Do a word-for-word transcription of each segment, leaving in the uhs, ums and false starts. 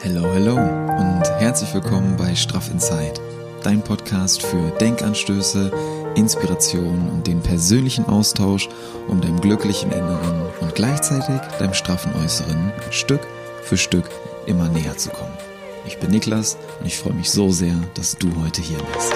Hello, hello und herzlich willkommen bei Straff Inside, dein Podcast für Denkanstöße, Inspiration und den persönlichen Austausch, um deinem glücklichen Inneren und gleichzeitig deinem straffen Äußeren Stück für Stück immer näher zu kommen. Ich bin Niklas und ich freue mich so sehr, dass du heute hier bist.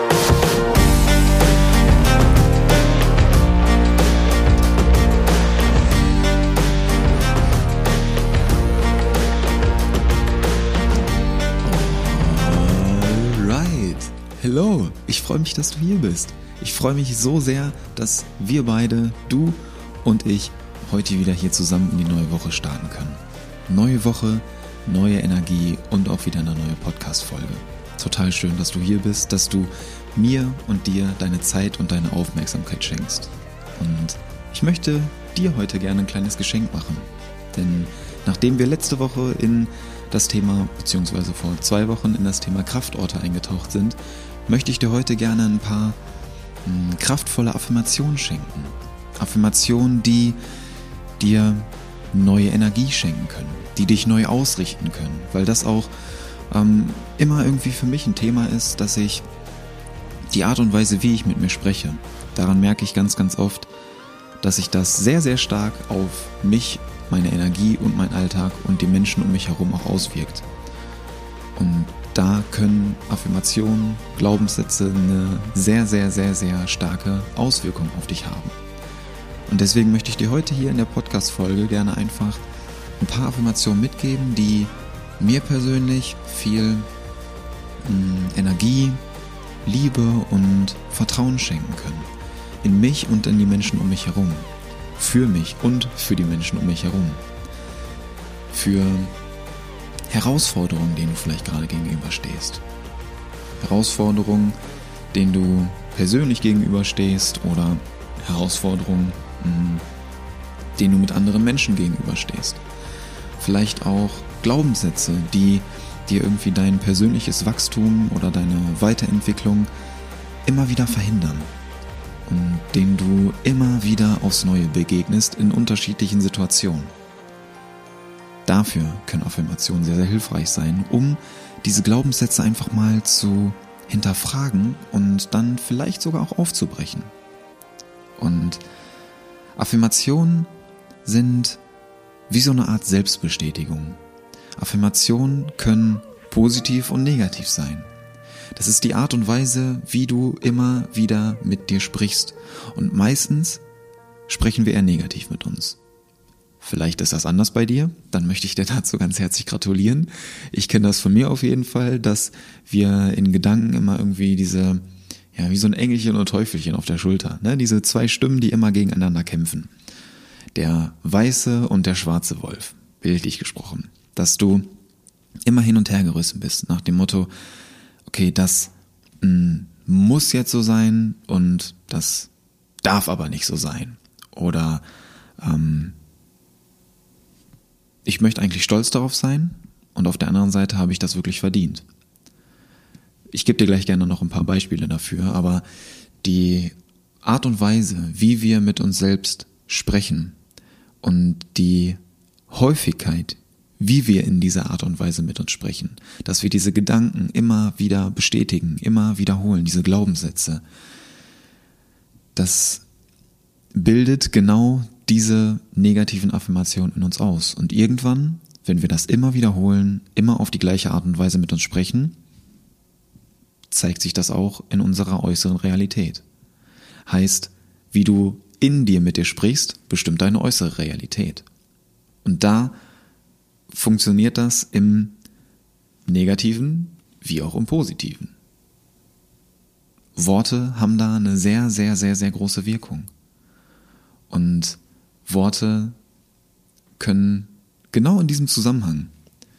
Hallo, ich freue mich, dass du hier bist. Ich freue mich so sehr, dass wir beide, du und ich, heute wieder hier zusammen in die neue Woche starten können. Neue Woche, neue Energie und auch wieder eine neue Podcast-Folge. Total schön, dass du hier bist, dass du mir und dir deine Zeit und deine Aufmerksamkeit schenkst. Und ich möchte dir heute gerne ein kleines Geschenk machen. Denn nachdem wir letzte Woche in das Thema, beziehungsweise vor zwei Wochen in das Thema Kraftorte eingetaucht sind, möchte ich dir heute gerne ein paar mh, kraftvolle Affirmationen schenken. Affirmationen, die dir neue Energie schenken können, die dich neu ausrichten können, weil das auch ähm, immer irgendwie für mich ein Thema ist, dass ich die Art und Weise, wie ich mit mir spreche, daran merke ich ganz, ganz oft, dass sich das sehr, sehr stark auf mich, meine Energie und mein Alltag und die Menschen um mich herum auch auswirkt. Und da können Affirmationen, Glaubenssätze eine sehr, sehr, sehr, sehr starke Auswirkung auf dich haben. Und deswegen möchte ich dir heute hier in der Podcast-Folge gerne einfach ein paar Affirmationen mitgeben, die mir persönlich viel mh, Energie, Liebe und Vertrauen schenken können. In mich und in die Menschen um mich herum. Für mich und für die Menschen um mich herum. Für Herausforderungen, denen du vielleicht gerade gegenüberstehst. Herausforderungen, denen du persönlich gegenüberstehst oder Herausforderungen, denen du mit anderen Menschen gegenüberstehst. Vielleicht auch Glaubenssätze, die dir irgendwie dein persönliches Wachstum oder deine Weiterentwicklung immer wieder verhindern und denen du immer wieder aufs Neue begegnest in unterschiedlichen Situationen. Dafür können Affirmationen sehr, sehr hilfreich sein, um diese Glaubenssätze einfach mal zu hinterfragen und dann vielleicht sogar auch aufzubrechen. Und Affirmationen sind wie so eine Art Selbstbestätigung. Affirmationen können positiv und negativ sein. Das ist die Art und Weise, wie du immer wieder mit dir sprichst. Und meistens sprechen wir eher negativ mit uns. Vielleicht ist das anders bei dir, dann möchte ich dir dazu ganz herzlich gratulieren. Ich kenne das von mir auf jeden Fall, dass wir in Gedanken immer irgendwie diese, ja, wie so ein Engelchen und Teufelchen auf der Schulter, ne? Diese zwei Stimmen, die immer gegeneinander kämpfen. Der weiße und der schwarze Wolf, bildlich gesprochen. Dass du immer hin und her gerissen bist, nach dem Motto, okay, das mh, muss jetzt so sein und das darf aber nicht so sein. Oder ähm, ich möchte eigentlich stolz darauf sein und auf der anderen Seite habe ich das wirklich verdient. Ich gebe dir gleich gerne noch ein paar Beispiele dafür, aber die Art und Weise, wie wir mit uns selbst sprechen und die Häufigkeit, wie wir in dieser Art und Weise mit uns sprechen, dass wir diese Gedanken immer wieder bestätigen, immer wiederholen, diese Glaubenssätze, das bildet genau diese negativen Affirmationen in uns aus. Und irgendwann, wenn wir das immer wiederholen, immer auf die gleiche Art und Weise mit uns sprechen, zeigt sich das auch in unserer äußeren Realität. Heißt, wie du in dir mit dir sprichst, bestimmt deine äußere Realität. Und da funktioniert das im Negativen wie auch im Positiven. Worte haben da eine sehr, sehr, sehr, sehr große Wirkung. Und Worte können genau in diesem Zusammenhang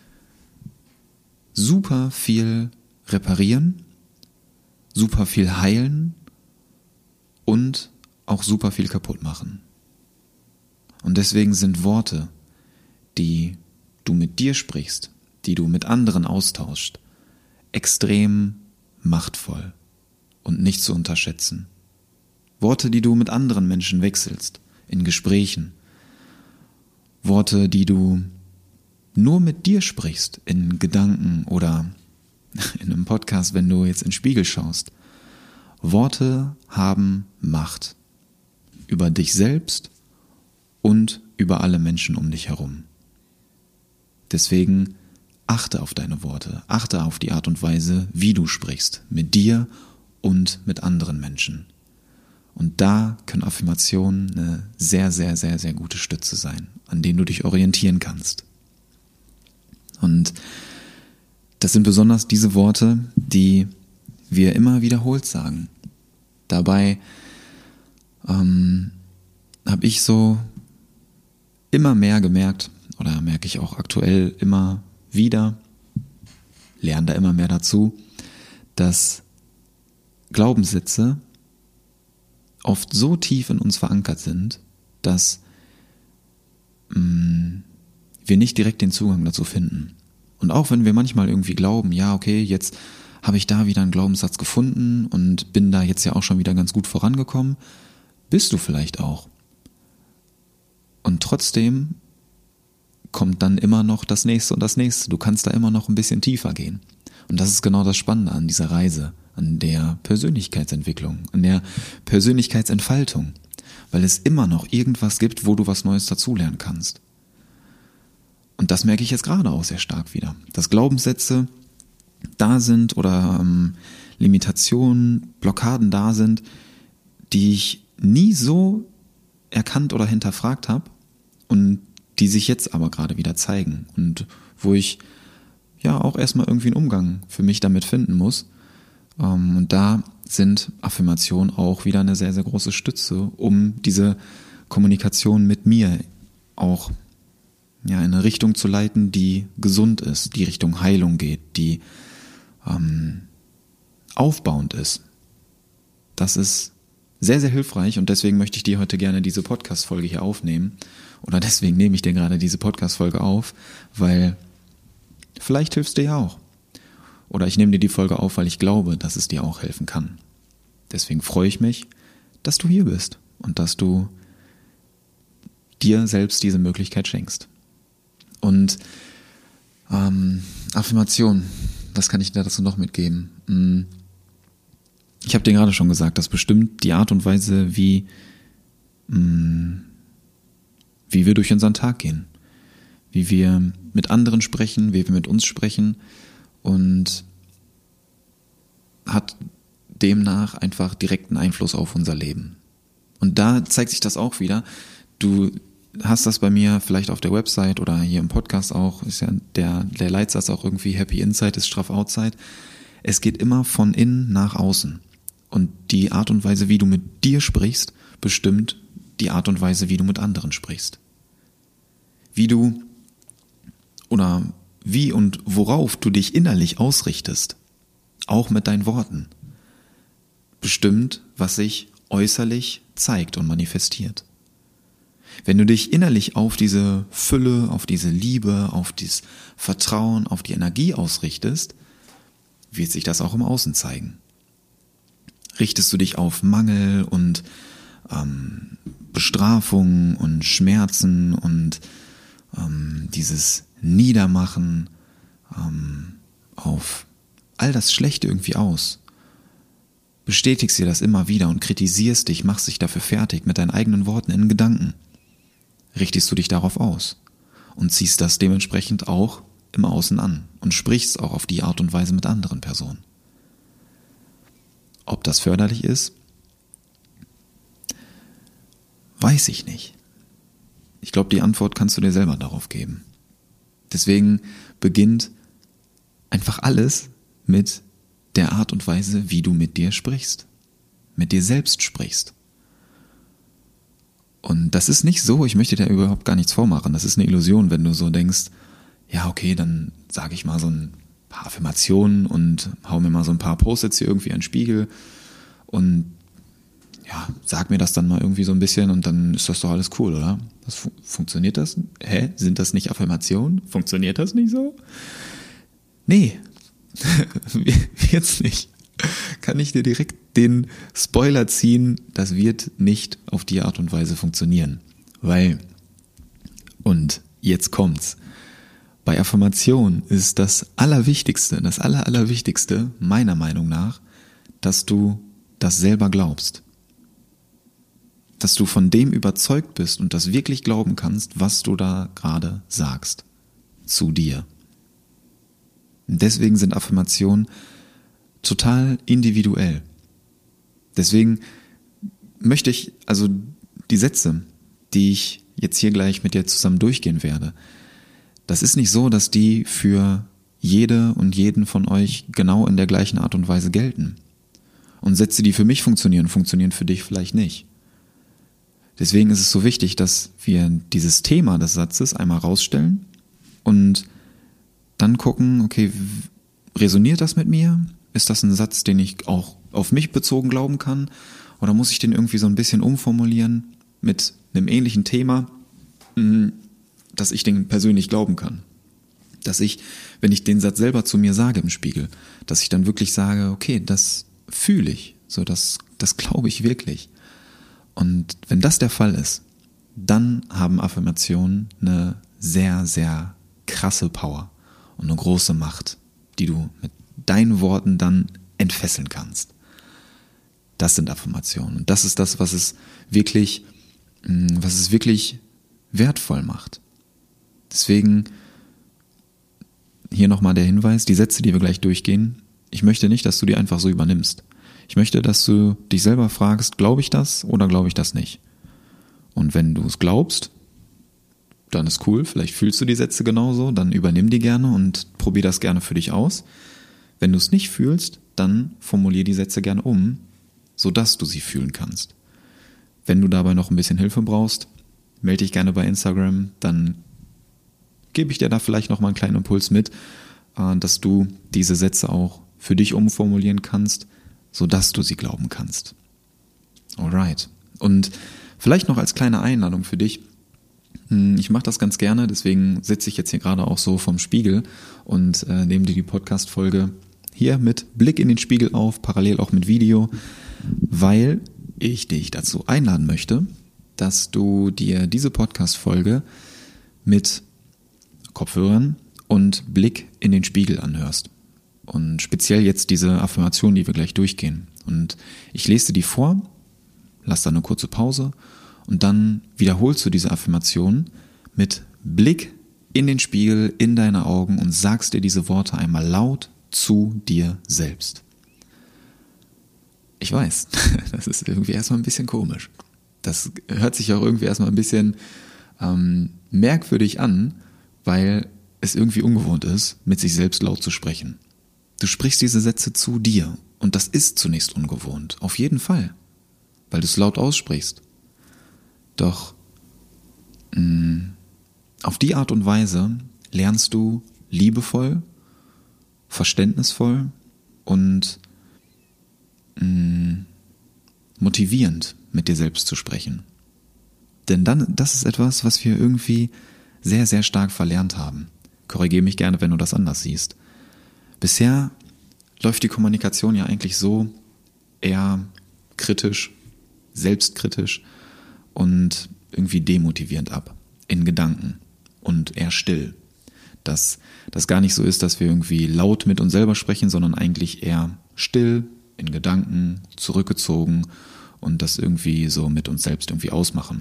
super viel reparieren, super viel heilen und auch super viel kaputt machen. Und deswegen sind Worte, die du mit dir sprichst, die du mit anderen austauschst, extrem machtvoll und nicht zu unterschätzen. Worte, die du mit anderen Menschen wechselst, in Gesprächen. Worte, die du nur mit dir sprichst, in Gedanken oder in einem Podcast, wenn du jetzt in den Spiegel schaust. Worte haben Macht über dich selbst und über alle Menschen um dich herum. Deswegen achte auf deine Worte, achte auf die Art und Weise, wie du sprichst, mit dir und mit anderen Menschen. Und da können Affirmationen eine sehr, sehr, sehr, sehr gute Stütze sein, an denen du dich orientieren kannst. Und das sind besonders diese Worte, die wir immer wiederholt sagen. Dabei ähm, habe ich so immer mehr gemerkt, oder merke ich auch aktuell immer wieder, lerne da immer mehr dazu, dass Glaubenssätze oft so tief in uns verankert sind, dass mh, wir nicht direkt den Zugang dazu finden. Und auch wenn wir manchmal irgendwie glauben, ja okay, jetzt habe ich da wieder einen Glaubenssatz gefunden und bin da jetzt ja auch schon wieder ganz gut vorangekommen, bist du vielleicht auch. Und trotzdem kommt dann immer noch das nächste und das nächste. Du kannst da immer noch ein bisschen tiefer gehen. Und das ist genau das Spannende an dieser Reise, an der Persönlichkeitsentwicklung, an der Persönlichkeitsentfaltung, weil es immer noch irgendwas gibt, wo du was Neues dazulernen kannst. Und das merke ich jetzt gerade auch sehr stark wieder, dass Glaubenssätze da sind oder ähm, Limitationen, Blockaden da sind, die ich nie so erkannt oder hinterfragt habe und die sich jetzt aber gerade wieder zeigen und wo ich ja auch erstmal irgendwie einen Umgang für mich damit finden muss. Ähm, und da sind Affirmationen auch wieder eine sehr, sehr große Stütze, um diese Kommunikation mit mir auch ja, in eine Richtung zu leiten, die gesund ist, die Richtung Heilung geht, die ähm, aufbauend ist. Das ist sehr, sehr hilfreich und deswegen möchte ich dir heute gerne diese Podcast-Folge hier aufnehmen. Oder deswegen nehme ich dir gerade diese Podcast-Folge auf, weil vielleicht hilfst dir ja auch. Oder ich nehme dir die Folge auf, weil ich glaube, dass es dir auch helfen kann. Deswegen freue ich mich, dass du hier bist und dass du dir selbst diese Möglichkeit schenkst. Und ähm, Affirmation, was kann ich dir dazu noch mitgeben? Ich habe dir gerade schon gesagt, dass bestimmt die Art und Weise, wie, wie wir durch unseren Tag gehen, wie wir mit anderen sprechen, wie wir mit uns sprechen und hat demnach einfach direkten Einfluss auf unser Leben. Und da zeigt sich das auch wieder. Du hast das bei mir vielleicht auf der Website oder hier im Podcast auch, ist ja der, der Leitsatz auch irgendwie Happy Inside ist straff Outside. Es geht immer von innen nach außen. Und die Art und Weise, wie du mit dir sprichst, bestimmt die Art und Weise, wie du mit anderen sprichst. Wie du oder wie und worauf du dich innerlich ausrichtest, auch mit deinen Worten, bestimmt, was sich äußerlich zeigt und manifestiert. Wenn du dich innerlich auf diese Fülle, auf diese Liebe, auf dieses Vertrauen, auf die Energie ausrichtest, wird sich das auch im Außen zeigen. Richtest du dich auf Mangel und ähm, Bestrafung und Schmerzen und ähm, dieses Niedermachen ähm, auf all das Schlechte irgendwie aus, bestätigst dir das immer wieder und kritisierst dich, machst dich dafür fertig mit deinen eigenen Worten in Gedanken, richtest du dich darauf aus und ziehst das dementsprechend auch im Außen an und sprichst auch auf die Art und Weise mit anderen Personen. Ob das förderlich ist, weiß ich nicht. Ich glaube, die Antwort kannst du dir selber darauf geben. Deswegen beginnt einfach alles mit der Art und Weise, wie du mit dir sprichst, mit dir selbst sprichst. Und das ist nicht so, ich möchte dir überhaupt gar nichts vormachen, das ist eine Illusion, wenn du so denkst, ja okay, dann sage ich mal so ein paar Affirmationen und hau mir mal so ein paar Post-its hier irgendwie an den Spiegel und ja, sag mir das dann mal irgendwie so ein bisschen und dann ist das doch alles cool, oder? Das fu- funktioniert das? Hä? Sind das nicht Affirmationen? Funktioniert das nicht so? Nee, jetzt nicht. Kann ich dir direkt den Spoiler ziehen, das wird nicht auf die Art und Weise funktionieren. Weil, und jetzt kommt's, bei Affirmation ist das Allerwichtigste, das Aller, Allerwichtigste, meiner Meinung nach, dass du das selber glaubst. Dass du von dem überzeugt bist und das wirklich glauben kannst, was du da gerade sagst. Zu dir. Und deswegen sind Affirmationen total individuell. Deswegen möchte ich, also die Sätze, die ich jetzt hier gleich mit dir zusammen durchgehen werde, das ist nicht so, dass die für jede und jeden von euch genau in der gleichen Art und Weise gelten. Und Sätze, die für mich funktionieren, funktionieren für dich vielleicht nicht. Deswegen ist es so wichtig, dass wir dieses Thema des Satzes einmal rausstellen und dann gucken, okay, resoniert das mit mir? Ist das ein Satz, den ich auch auf mich bezogen glauben kann? Oder muss ich den irgendwie so ein bisschen umformulieren mit einem ähnlichen Thema, dass ich den persönlich glauben kann? Dass ich, wenn ich den Satz selber zu mir sage im Spiegel, dass ich dann wirklich sage, okay, das fühle ich, so das, das glaube ich wirklich. Und wenn das der Fall ist, dann haben Affirmationen eine sehr, sehr krasse Power und eine große Macht, die du mit deinen Worten dann entfesseln kannst. Das sind Affirmationen. Und das ist das, was es wirklich, was es wirklich wertvoll macht. Deswegen hier nochmal der Hinweis, die Sätze, die wir gleich durchgehen, ich möchte nicht, dass du die einfach so übernimmst. Ich möchte, dass du dich selber fragst, glaube ich das oder glaube ich das nicht? Und wenn du es glaubst, dann ist cool, vielleicht fühlst du die Sätze genauso, dann übernimm die gerne und probier das gerne für dich aus. Wenn du es nicht fühlst, dann formulier die Sätze gerne um, sodass du sie fühlen kannst. Wenn du dabei noch ein bisschen Hilfe brauchst, melde dich gerne bei Instagram, dann gebe ich dir da vielleicht noch mal einen kleinen Impuls mit, dass du diese Sätze auch für dich umformulieren kannst, sodass du sie glauben kannst. Alright. Und vielleicht noch als kleine Einladung für dich, ich mache das ganz gerne, deswegen sitze ich jetzt hier gerade auch so vorm Spiegel und äh, nehme dir die Podcast-Folge hier mit Blick in den Spiegel auf, parallel auch mit Video, weil ich dich dazu einladen möchte, dass du dir diese Podcast-Folge mit Kopfhörern und Blick in den Spiegel anhörst. Und speziell jetzt diese Affirmation, die wir gleich durchgehen. Und ich lese dir die vor, lass da eine kurze Pause und dann wiederholst du diese Affirmation mit Blick in den Spiegel, in deine Augen und sagst dir diese Worte einmal laut zu dir selbst. Ich weiß, das ist irgendwie erstmal ein bisschen komisch. Das hört sich auch irgendwie erstmal ein bisschen ähm, merkwürdig an, weil es irgendwie ungewohnt ist, mit sich selbst laut zu sprechen. Du sprichst diese Sätze zu dir und das ist zunächst ungewohnt, auf jeden Fall, weil du es laut aussprichst. Doch mh, auf die Art und Weise lernst du liebevoll, verständnisvoll und mh, motivierend mit dir selbst zu sprechen. Denn dann, das ist etwas, was wir irgendwie sehr, sehr stark verlernt haben. Korrigiere mich gerne, wenn du das anders siehst. Bisher läuft die Kommunikation ja eigentlich so eher kritisch, selbstkritisch und irgendwie demotivierend ab, in Gedanken und eher still. Dass das gar nicht so ist, dass wir irgendwie laut mit uns selber sprechen, sondern eigentlich eher still, in Gedanken, zurückgezogen und das irgendwie so mit uns selbst irgendwie ausmachen.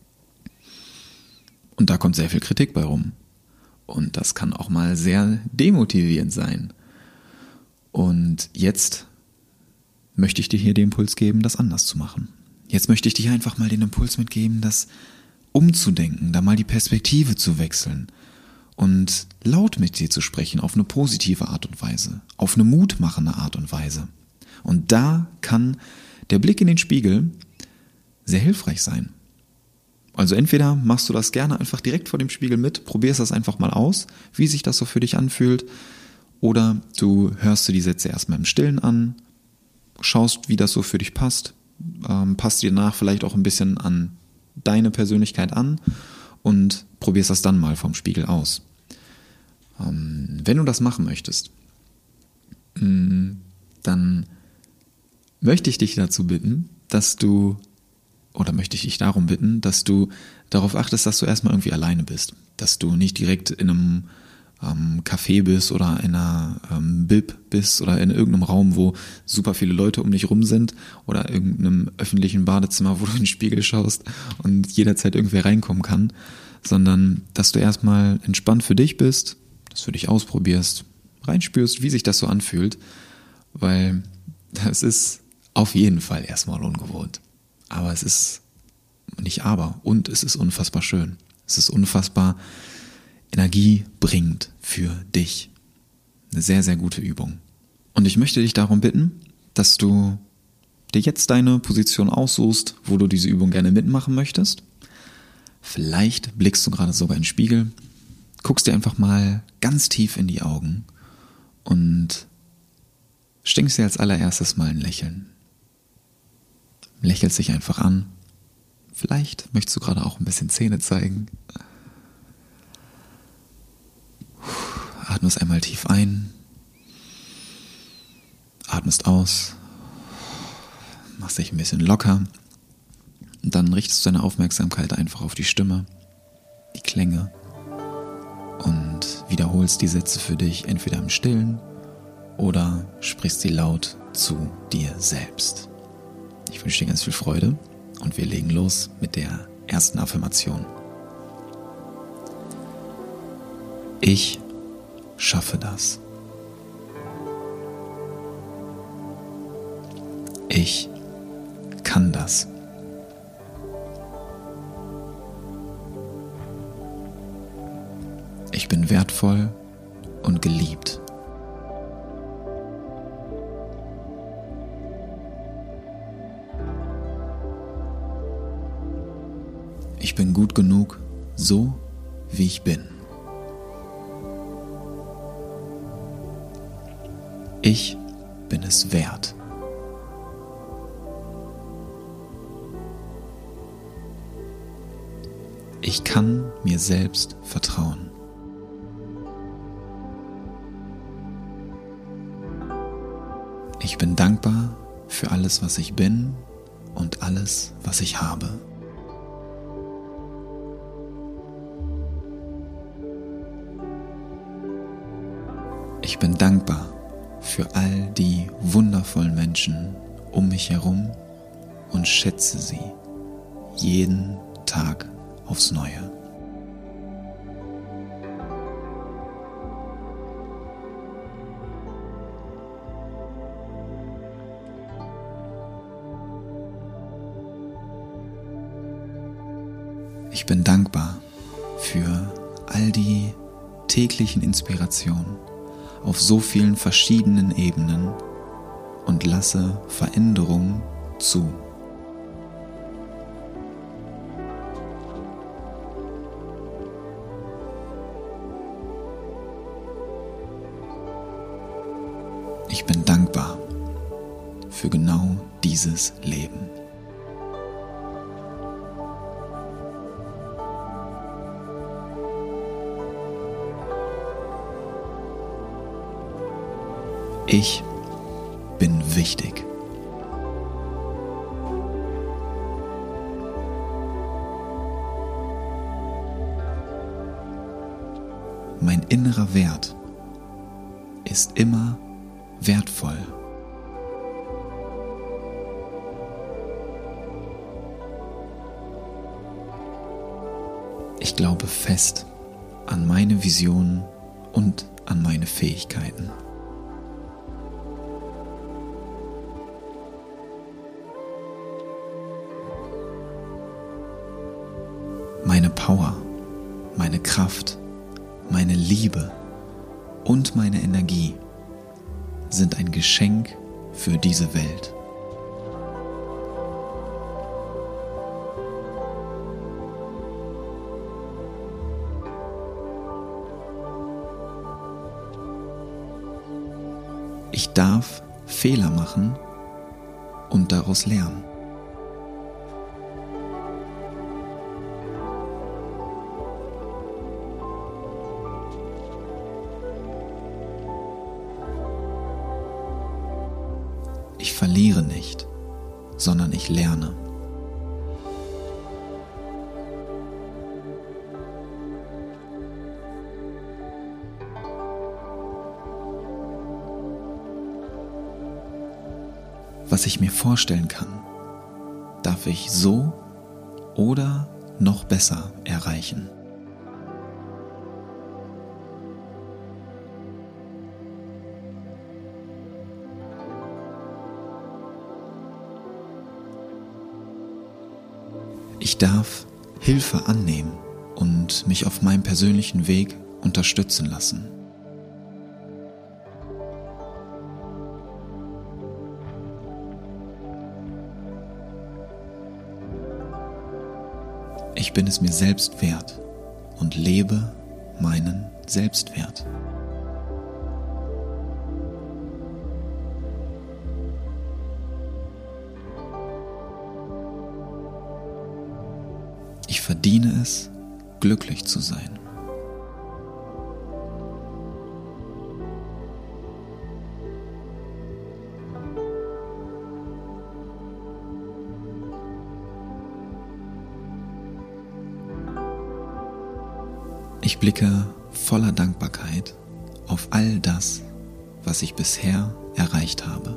Und da kommt sehr viel Kritik bei rum. Und das kann auch mal sehr demotivierend sein. Und jetzt möchte ich dir hier den Impuls geben, das anders zu machen. Jetzt möchte ich dir einfach mal den Impuls mitgeben, das umzudenken, da mal die Perspektive zu wechseln und laut mit dir zu sprechen auf eine positive Art und Weise, auf eine mutmachende Art und Weise. Und da kann der Blick in den Spiegel sehr hilfreich sein. Also entweder machst du das gerne einfach direkt vor dem Spiegel mit, probierst das einfach mal aus, wie sich das so für dich anfühlt, oder du hörst dir die Sätze erstmal im Stillen an, schaust, wie das so für dich passt, ähm, passt dir nach vielleicht auch ein bisschen an deine Persönlichkeit an und probierst das dann mal vom Spiegel aus. Ähm, wenn du das machen möchtest, mh, dann möchte ich dich dazu bitten, dass du Oder möchte ich dich darum bitten, dass du darauf achtest, dass du erstmal irgendwie alleine bist. Dass du nicht direkt in einem ähm, Café bist oder in einer ähm, Bib bist oder in irgendeinem Raum, wo super viele Leute um dich rum sind oder irgendeinem öffentlichen Badezimmer, wo du in den Spiegel schaust und jederzeit irgendwer reinkommen kann, sondern dass du erstmal entspannt für dich bist, das für dich ausprobierst, reinspürst, wie sich das so anfühlt, weil das ist auf jeden Fall erstmal ungewohnt. Aber es ist nicht aber, und es ist unfassbar schön. Es ist unfassbar energiebringend für dich. Eine sehr, sehr gute Übung. Und ich möchte dich darum bitten, dass du dir jetzt deine Position aussuchst, wo du diese Übung gerne mitmachen möchtest. Vielleicht blickst du gerade sogar in den Spiegel, guckst dir einfach mal ganz tief in die Augen und schenkst dir als allererstes mal ein Lächeln. Lächelst dich einfach an. Vielleicht möchtest du gerade auch ein bisschen Zähne zeigen. Atmest einmal tief ein. Atmest aus. Machst dich ein bisschen locker. Und dann richtest du deine Aufmerksamkeit einfach auf die Stimme, die Klänge und wiederholst die Sätze für dich entweder im Stillen oder sprichst sie laut zu dir selbst. Ich wünsche dir ganz viel Freude und wir legen los mit der ersten Affirmation. Ich schaffe das. Ich kann das. Ich bin wertvoll und geliebt. Ich bin gut genug, so wie ich bin. Ich bin es wert. Ich kann mir selbst vertrauen. Ich bin dankbar für alles, was ich bin und alles, was ich habe. Ich bin dankbar für all die wundervollen Menschen um mich herum und schätze sie jeden Tag aufs Neue. Ich bin dankbar für all die täglichen Inspirationen auf so vielen verschiedenen Ebenen und lasse Veränderungen zu. Ich bin dankbar für genau dieses Leben. Ich bin wichtig. Mein innerer Wert ist immer wertvoll. Ich glaube fest an meine Visionen und an meine Fähigkeiten. Meine Power, meine Kraft, meine Liebe und meine Energie sind ein Geschenk für diese Welt. Ich darf Fehler machen und daraus lernen. Ich verliere nicht, sondern ich lerne. was ich mir vorstellen kann, darf ich so oder noch besser erreichen. Ich darf Hilfe annehmen und mich auf meinem persönlichen Weg unterstützen lassen. Ich bin es mir selbst wert und lebe meinen Selbstwert. Ich verdiene es, glücklich zu sein. Ich blicke voller Dankbarkeit auf all das, was ich bisher erreicht habe.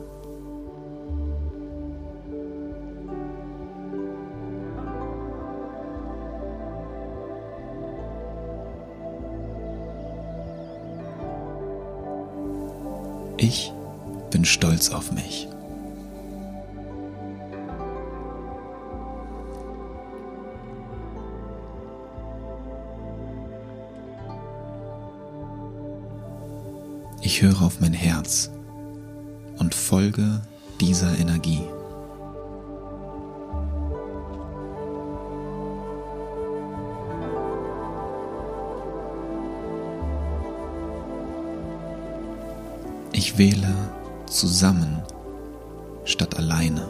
Ich bin stolz auf mich. Ich höre auf mein Herz und folge dieser Energie. Ich wähle zusammen statt alleine.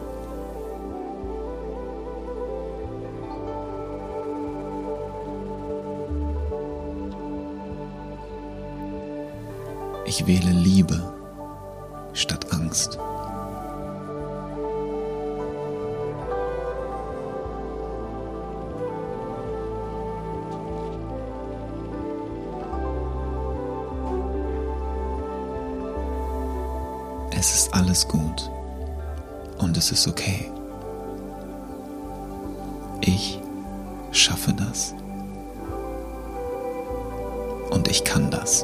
Ich wähle Liebe statt Angst. Es ist alles gut und es ist okay. Ich schaffe das und ich kann das.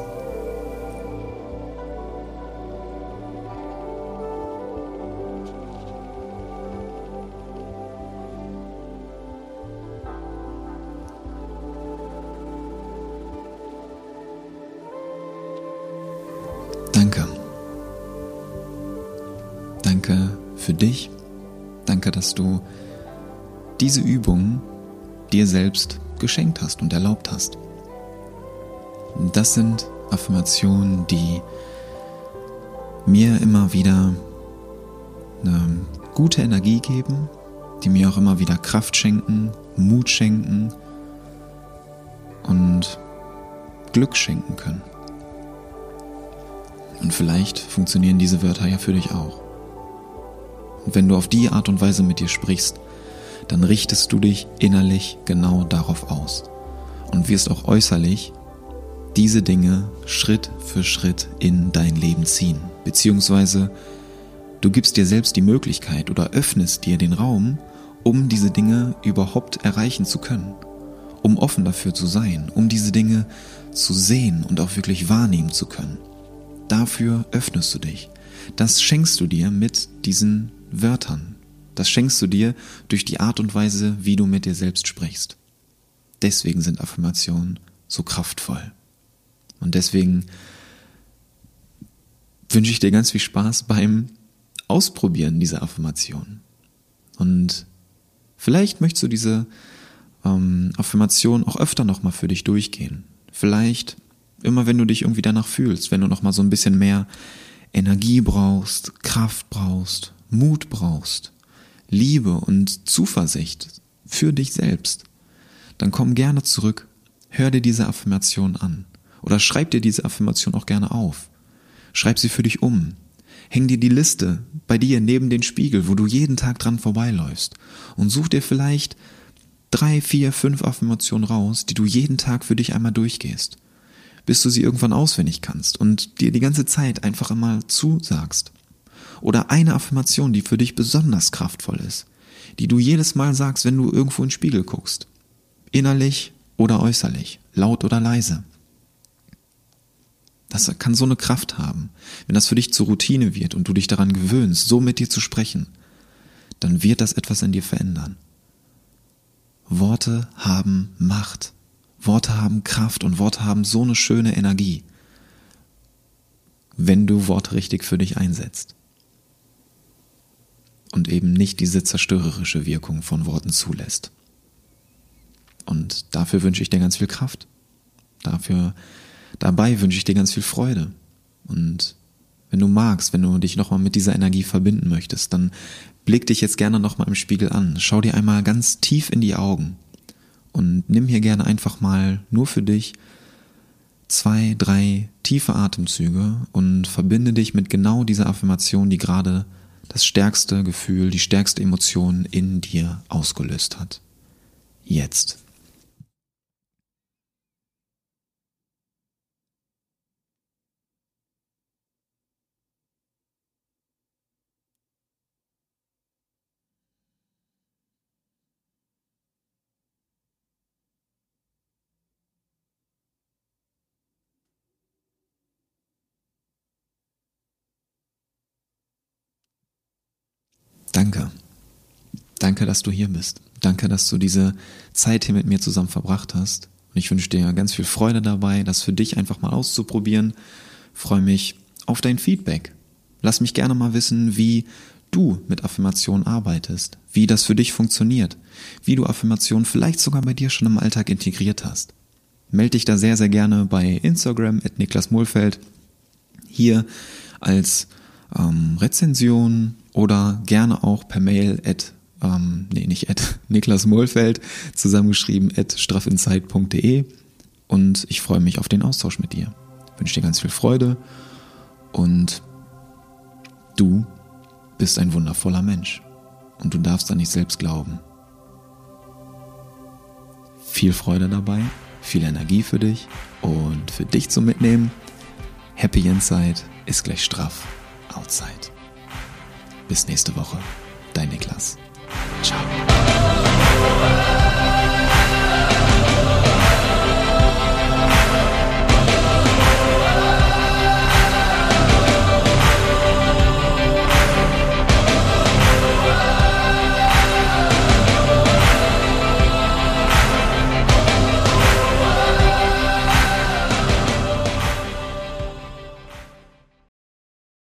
Danke. Danke für dich. Danke, dass du diese Übung dir selbst geschenkt hast und erlaubt hast. Das sind Affirmationen, die mir immer wieder eine gute Energie geben, die mir auch immer wieder Kraft schenken, Mut schenken und Glück schenken können. Und vielleicht funktionieren diese Wörter ja für dich auch. Und wenn du auf die Art und Weise mit dir sprichst, dann richtest du dich innerlich genau darauf aus und wirst auch äußerlich diese Dinge Schritt für Schritt in dein Leben ziehen. Beziehungsweise du gibst dir selbst die Möglichkeit oder öffnest dir den Raum, um diese Dinge überhaupt erreichen zu können, um offen dafür zu sein, um diese Dinge zu sehen und auch wirklich wahrnehmen zu können. Dafür öffnest du dich. Das schenkst du dir mit diesen Wörtern. Das schenkst du dir durch die Art und Weise, wie du mit dir selbst sprichst. Deswegen sind Affirmationen so kraftvoll. Und deswegen wünsche ich dir ganz viel Spaß beim Ausprobieren dieser Affirmation. Und vielleicht möchtest du diese ähm, Affirmation auch öfter nochmal für dich durchgehen. Vielleicht immer, wenn du dich irgendwie danach fühlst, wenn du nochmal so ein bisschen mehr Energie brauchst, Kraft brauchst, Mut brauchst, Liebe und Zuversicht für dich selbst, dann komm gerne zurück, hör dir diese Affirmation an oder schreib dir diese Affirmation auch gerne auf. Schreib sie für dich um. Häng dir die Liste bei dir neben den Spiegel, wo du jeden Tag dran vorbeiläufst und such dir vielleicht drei, vier, fünf Affirmationen raus, die du jeden Tag für dich einmal durchgehst, bis du sie irgendwann auswendig kannst und dir die ganze Zeit einfach einmal zusagst. Oder eine Affirmation, die für dich besonders kraftvoll ist, die du jedes Mal sagst, wenn du irgendwo in den Spiegel guckst. Innerlich oder äußerlich, laut oder leise. Das kann so eine Kraft haben. Wenn das für dich zur Routine wird und du dich daran gewöhnst, so mit dir zu sprechen, dann wird das etwas in dir verändern. Worte haben Macht. Worte haben Kraft und Worte haben so eine schöne Energie, wenn du Worte richtig für dich einsetzt. Und eben nicht diese zerstörerische Wirkung von Worten zulässt. Und dafür wünsche ich dir ganz viel Kraft. Dafür, dabei wünsche ich dir ganz viel Freude. Und wenn du magst, wenn du dich nochmal mit dieser Energie verbinden möchtest, dann blick dich jetzt gerne nochmal im Spiegel an. Schau dir einmal ganz tief in die Augen und nimm hier gerne einfach mal nur für dich zwei, drei tiefe Atemzüge und verbinde dich mit genau dieser Affirmation, die gerade das stärkste Gefühl, die stärkste Emotion in dir ausgelöst hat. Jetzt. Danke. Danke, dass du hier bist. Danke, dass du diese Zeit hier mit mir zusammen verbracht hast. Und ich wünsche dir ganz viel Freude dabei, das für dich einfach mal auszuprobieren. Ich freue mich auf dein Feedback. Lass mich gerne mal wissen, wie du mit Affirmationen arbeitest, wie das für dich funktioniert, wie du Affirmationen vielleicht sogar bei dir schon im Alltag integriert hast. Melde dich da sehr, sehr gerne bei Instagram at Niklas Mohlfeld hier als ähm, Rezension oder gerne auch per Mail at, ähm, nee, nicht at, Niklas Mohlfeld, zusammengeschrieben at straffinzeit punkt de und ich freue mich auf den Austausch mit dir. Ich wünsche dir ganz viel Freude und du bist ein wundervoller Mensch und du darfst an dich selbst glauben. Viel Freude dabei, viel Energie für dich und für dich zum Mitnehmen. Happy Inside ist gleich straff Outside. Bis nächste Woche. Dein Niklas. Ciao.